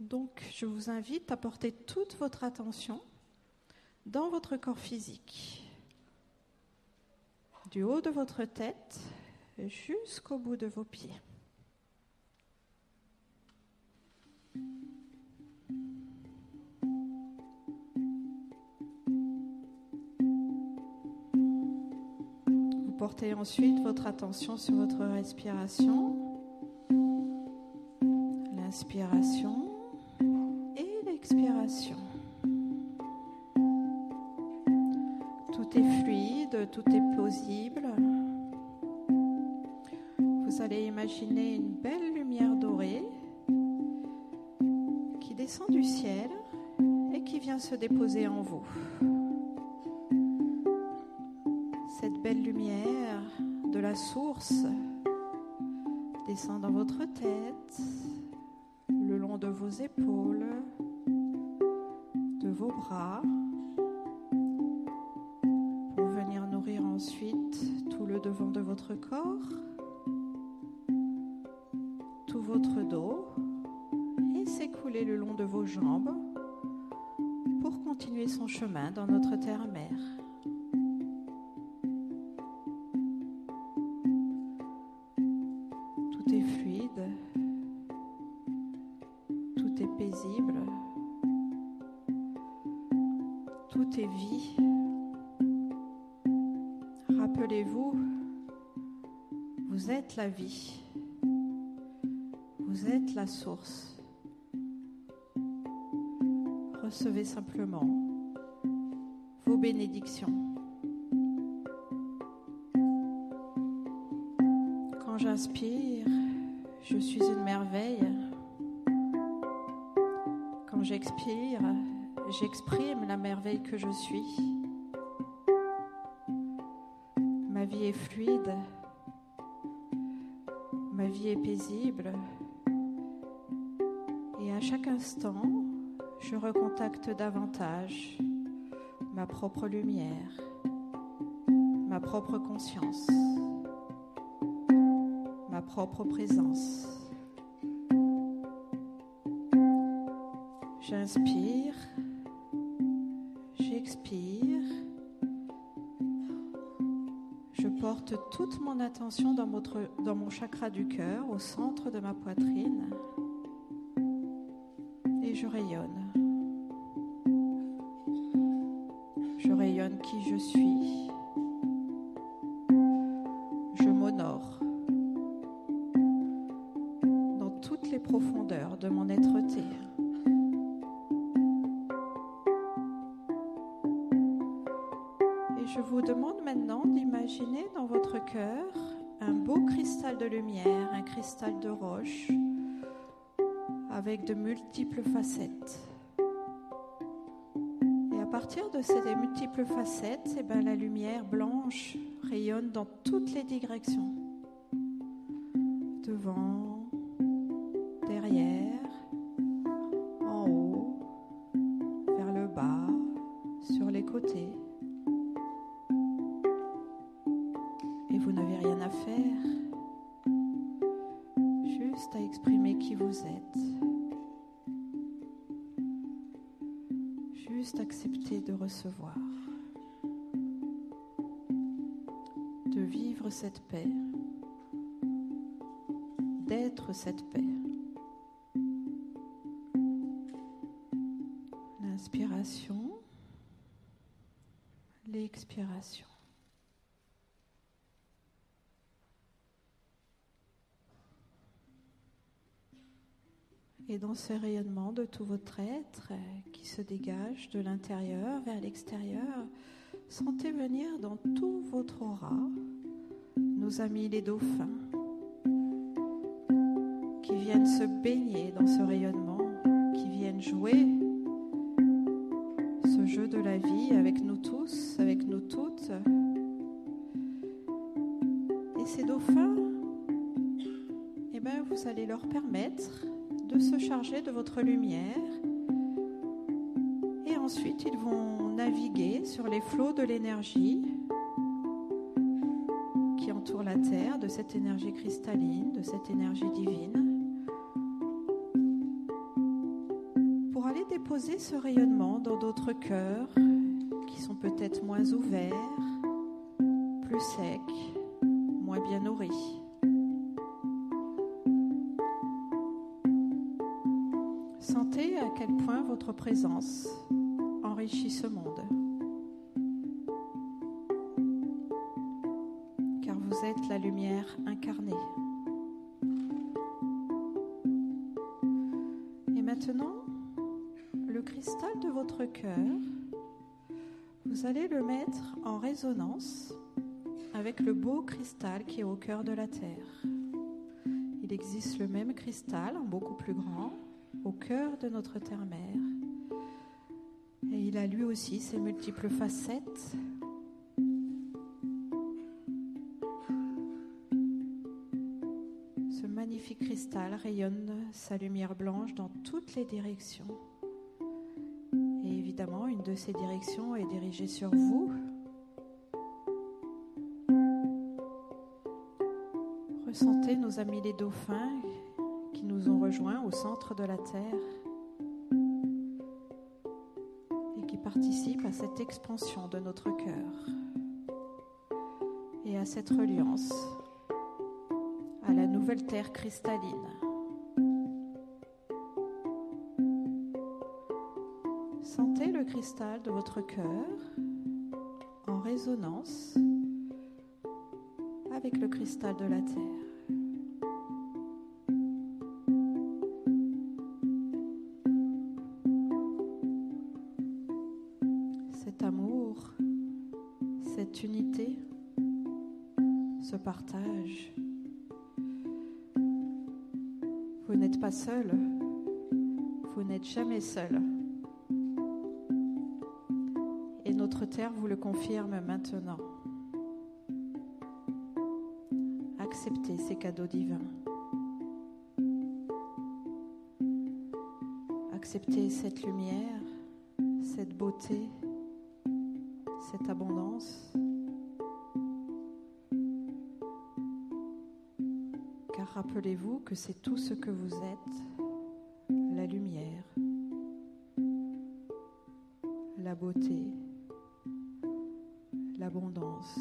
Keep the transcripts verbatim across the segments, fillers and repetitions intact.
Donc, je vous invite à porter toute votre attention dans votre corps physique, du haut de votre tête jusqu'au bout de vos pieds. Vous portez ensuite votre attention sur votre respiration, l'inspiration et l'expiration. Tout est fluide, tout est plausible. Vous allez imaginer une belle lumière dorée qui descend du ciel et qui vient se déposer en vous. Cette belle lumière de la source descend dans votre tête, le long de vos épaules, de vos bras, pour venir nourrir ensuite tout le devant de votre corps, tout votre dos, et s'écouler le long de vos jambes pour continuer son chemin dans notre terre-mère. Tout est fluide, tout est paisible, tout est vie. Rappelez-vous, vous êtes la vie, vous êtes la source. Recevez simplement vos bénédictions. Quand j'inspire, je suis une merveille. Quand j'expire, j'exprime la merveille que je suis. Ma vie est fluide, ma vie est paisible, et à chaque instant, je recontacte davantage ma propre lumière, ma propre conscience, ma propre présence. J'inspire, j'expire, je porte toute mon attention dans, votre, dans mon chakra du cœur, au centre de ma poitrine, et je rayonne. Je rayonne qui je suis. Je m'honore dans toutes les profondeurs de mon être-té. Et je vous demande maintenant d'imaginer dans votre cœur un beau cristal de lumière, un cristal de roche avec de multiples facettes. Et à partir de ces multiples facettes, eh ben, la lumière blanche rayonne dans toutes les directions. Devant, derrière, en haut, vers le bas, sur les côtés. Et vous n'avez rien à faire, juste à exprimer qui vous êtes. Juste accepter de recevoir, de vivre cette paix, d'être cette paix. L'inspiration, l'expiration. Et dans ce rayonnement de tout votre être euh, qui se dégage de l'intérieur vers l'extérieur, sentez venir dans tout votre aura nos amis les dauphins qui viennent se baigner dans ce rayonnement, qui viennent jouer ce jeu de la vie avec nous tous, avec nous toutes. Et ces dauphins, eh ben, vous allez leur permettre de se charger de votre lumière, et ensuite ils vont naviguer sur les flots de l'énergie qui entoure la Terre, de cette énergie cristalline, de cette énergie divine. déposer ce rayonnement dans d'autres cœurs qui sont peut-être moins ouverts, plus secs, moins bien nourris. Sentez à quel point votre présence enrichit ce monde. Car vous êtes la lumière incarnée. Et maintenant, le cristal de votre cœur, vous allez le mettre en résonance avec le beau cristal qui est au cœur de la terre. Il existe le même cristal, beaucoup plus grand, au cœur de notre terre-mère. Et il a lui aussi ses multiples facettes. Ce magnifique cristal rayonne sa lumière blanche dans toutes les directions. Et évidemment, une de ces directions est dirigée sur vous. Ressentez nos amis les dauphins qui nous ont rejoints au centre de la Terre et qui participent à cette expansion de notre cœur et à cette reliance à la nouvelle Terre cristalline. Sentez le cristal de votre cœur en résonance avec le cristal de la Terre. Cet amour, cette unité, ce partage. Vous n'êtes pas seul, vous n'êtes jamais seul. Et notre terre vous le confirme maintenant. Acceptez ces cadeaux divins. Acceptez cette lumière, cette beauté, cette abondance. Car rappelez-vous que c'est tout ce que vous êtes, la lumière, la beauté, l'abondance.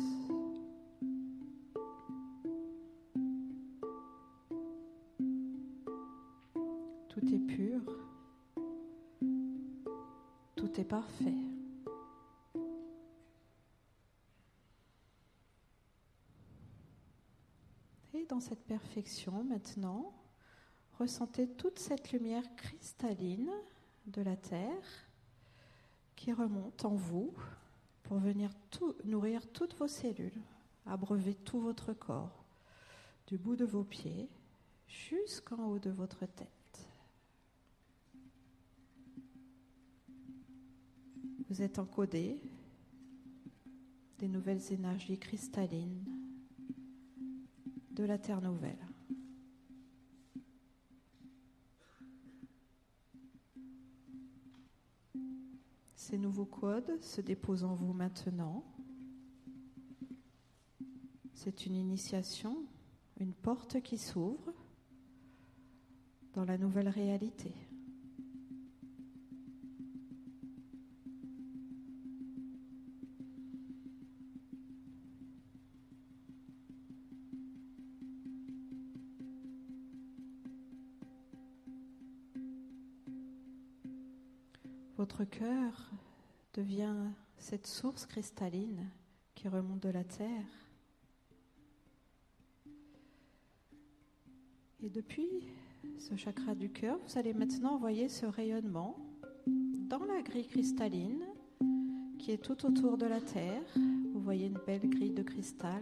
Tout est pur, tout est parfait. Et dans cette perfection, maintenant, ressentez toute cette lumière cristalline de la Terre qui remonte en vous pour venir tout, nourrir toutes vos cellules, abreuver tout votre corps, du bout de vos pieds jusqu'en haut de votre tête. Vous êtes encodé des nouvelles énergies cristallines de la Terre nouvelle. Ces nouveaux codes se déposent en vous maintenant. C'est une initiation, une porte qui s'ouvre dans la nouvelle réalité. Votre cœur devient cette source cristalline qui remonte de la terre. Et depuis ce chakra du cœur, vous allez maintenant envoyer ce rayonnement dans la grille cristalline qui est tout autour de la terre. Vous voyez une belle grille de cristal.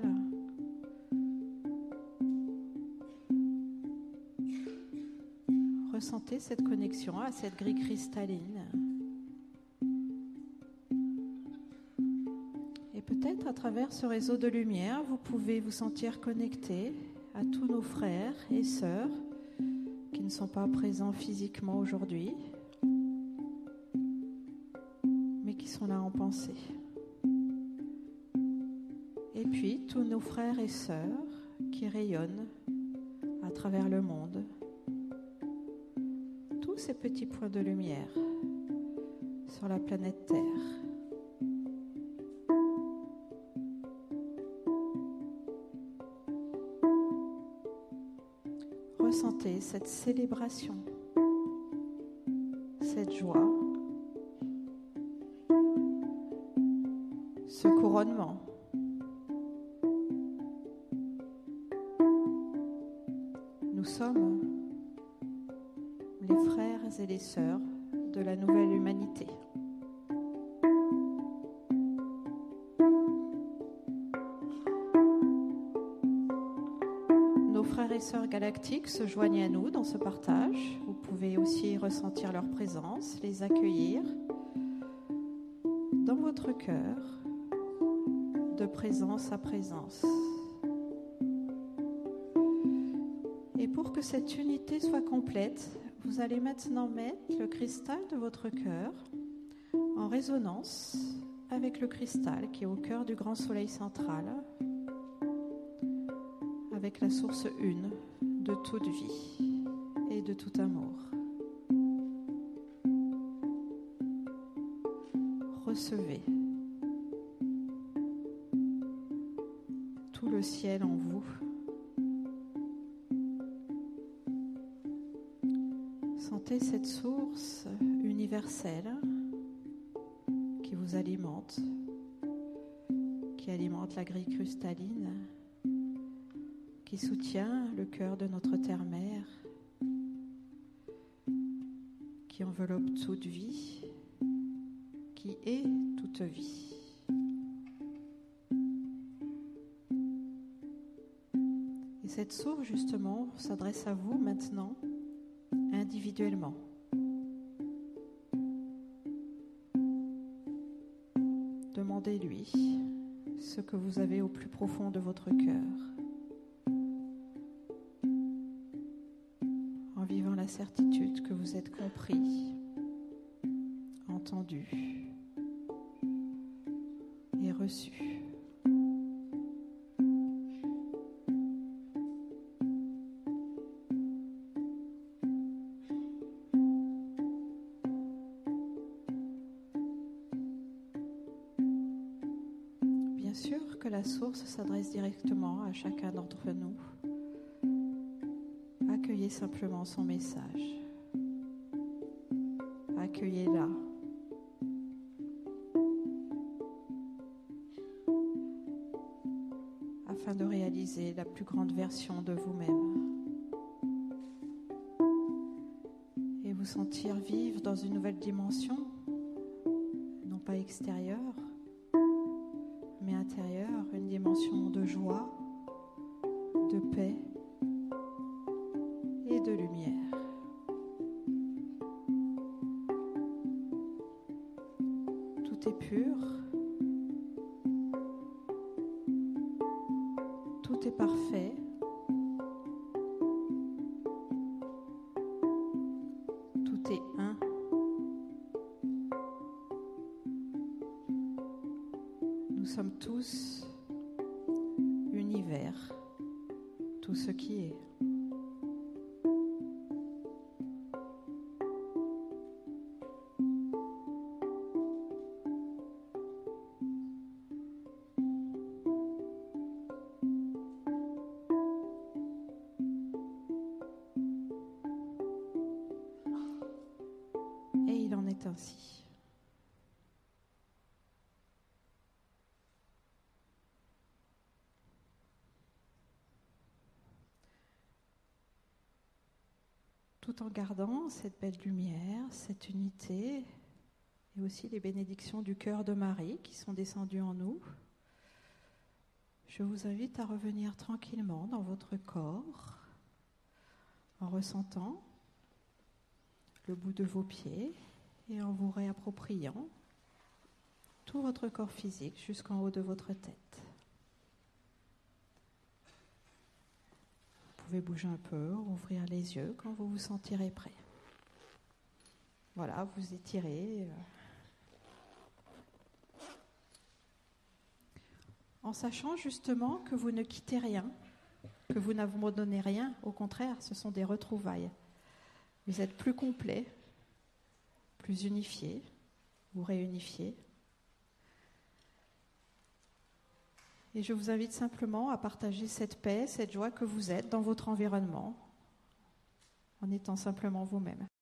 Ressentez cette connexion à cette grille cristalline. Peut-être à travers ce réseau de lumière, vous pouvez vous sentir connecté à tous nos frères et sœurs qui ne sont pas présents physiquement aujourd'hui, mais qui sont là en pensée. Et puis, tous nos frères et sœurs qui rayonnent à travers le monde. Tous ces petits points de lumière sur la planète Terre. Ressentez cette célébration, cette joie, ce couronnement. Nous sommes les frères et les sœurs de la nouvelle humanité. Nos frères et sœurs galactiques se joignent à nous dans ce partage. Vous pouvez aussi ressentir leur présence, les accueillir dans votre cœur, de présence à présence. Et pour que cette unité soit complète, vous allez maintenant mettre le cristal de votre cœur en résonance avec le cristal qui est au cœur du grand soleil central, avec la source une de toute vie et de tout amour. Recevez tout le ciel en vous. Sentez cette source universelle qui vous alimente, qui alimente la grille cristalline, qui soutient le cœur de notre terre-mère, qui enveloppe toute vie, qui est toute vie. Et cette source, justement, s'adresse à vous maintenant, individuellement. Demandez-lui ce que vous avez au plus profond de votre cœur, en vivant la certitude que vous êtes compris, entendu et reçu. Bien sûr que la source s'adresse directement à chacun d'entre nous. Accueillez simplement son message. Accueillez-la. Afin de réaliser la plus grande version de vous-même. Et vous sentir vivre dans une nouvelle dimension, non pas extérieure, mais intérieure, une dimension de joie, de paix et de lumière. Tout est pur, tout est parfait, tout est un. Nous sommes tous univers, tout ce qui est. Et il en est ainsi. Tout en gardant cette belle lumière, cette unité, et aussi les bénédictions du cœur de Marie qui sont descendues en nous, je vous invite à revenir tranquillement dans votre corps, en ressentant le bout de vos pieds et en vous réappropriant tout votre corps physique jusqu'en haut de votre tête. Vous pouvez bouger un peu, ouvrir les yeux quand vous vous sentirez prêt. Voilà, vous étirez. En sachant justement que vous ne quittez rien, que vous n'abandonnez rien, au contraire, ce sont des retrouvailles. Vous êtes plus complet, plus unifié, vous réunifiez. Et je vous invite simplement à partager cette paix, cette joie que vous êtes dans votre environnement, en étant simplement vous-même.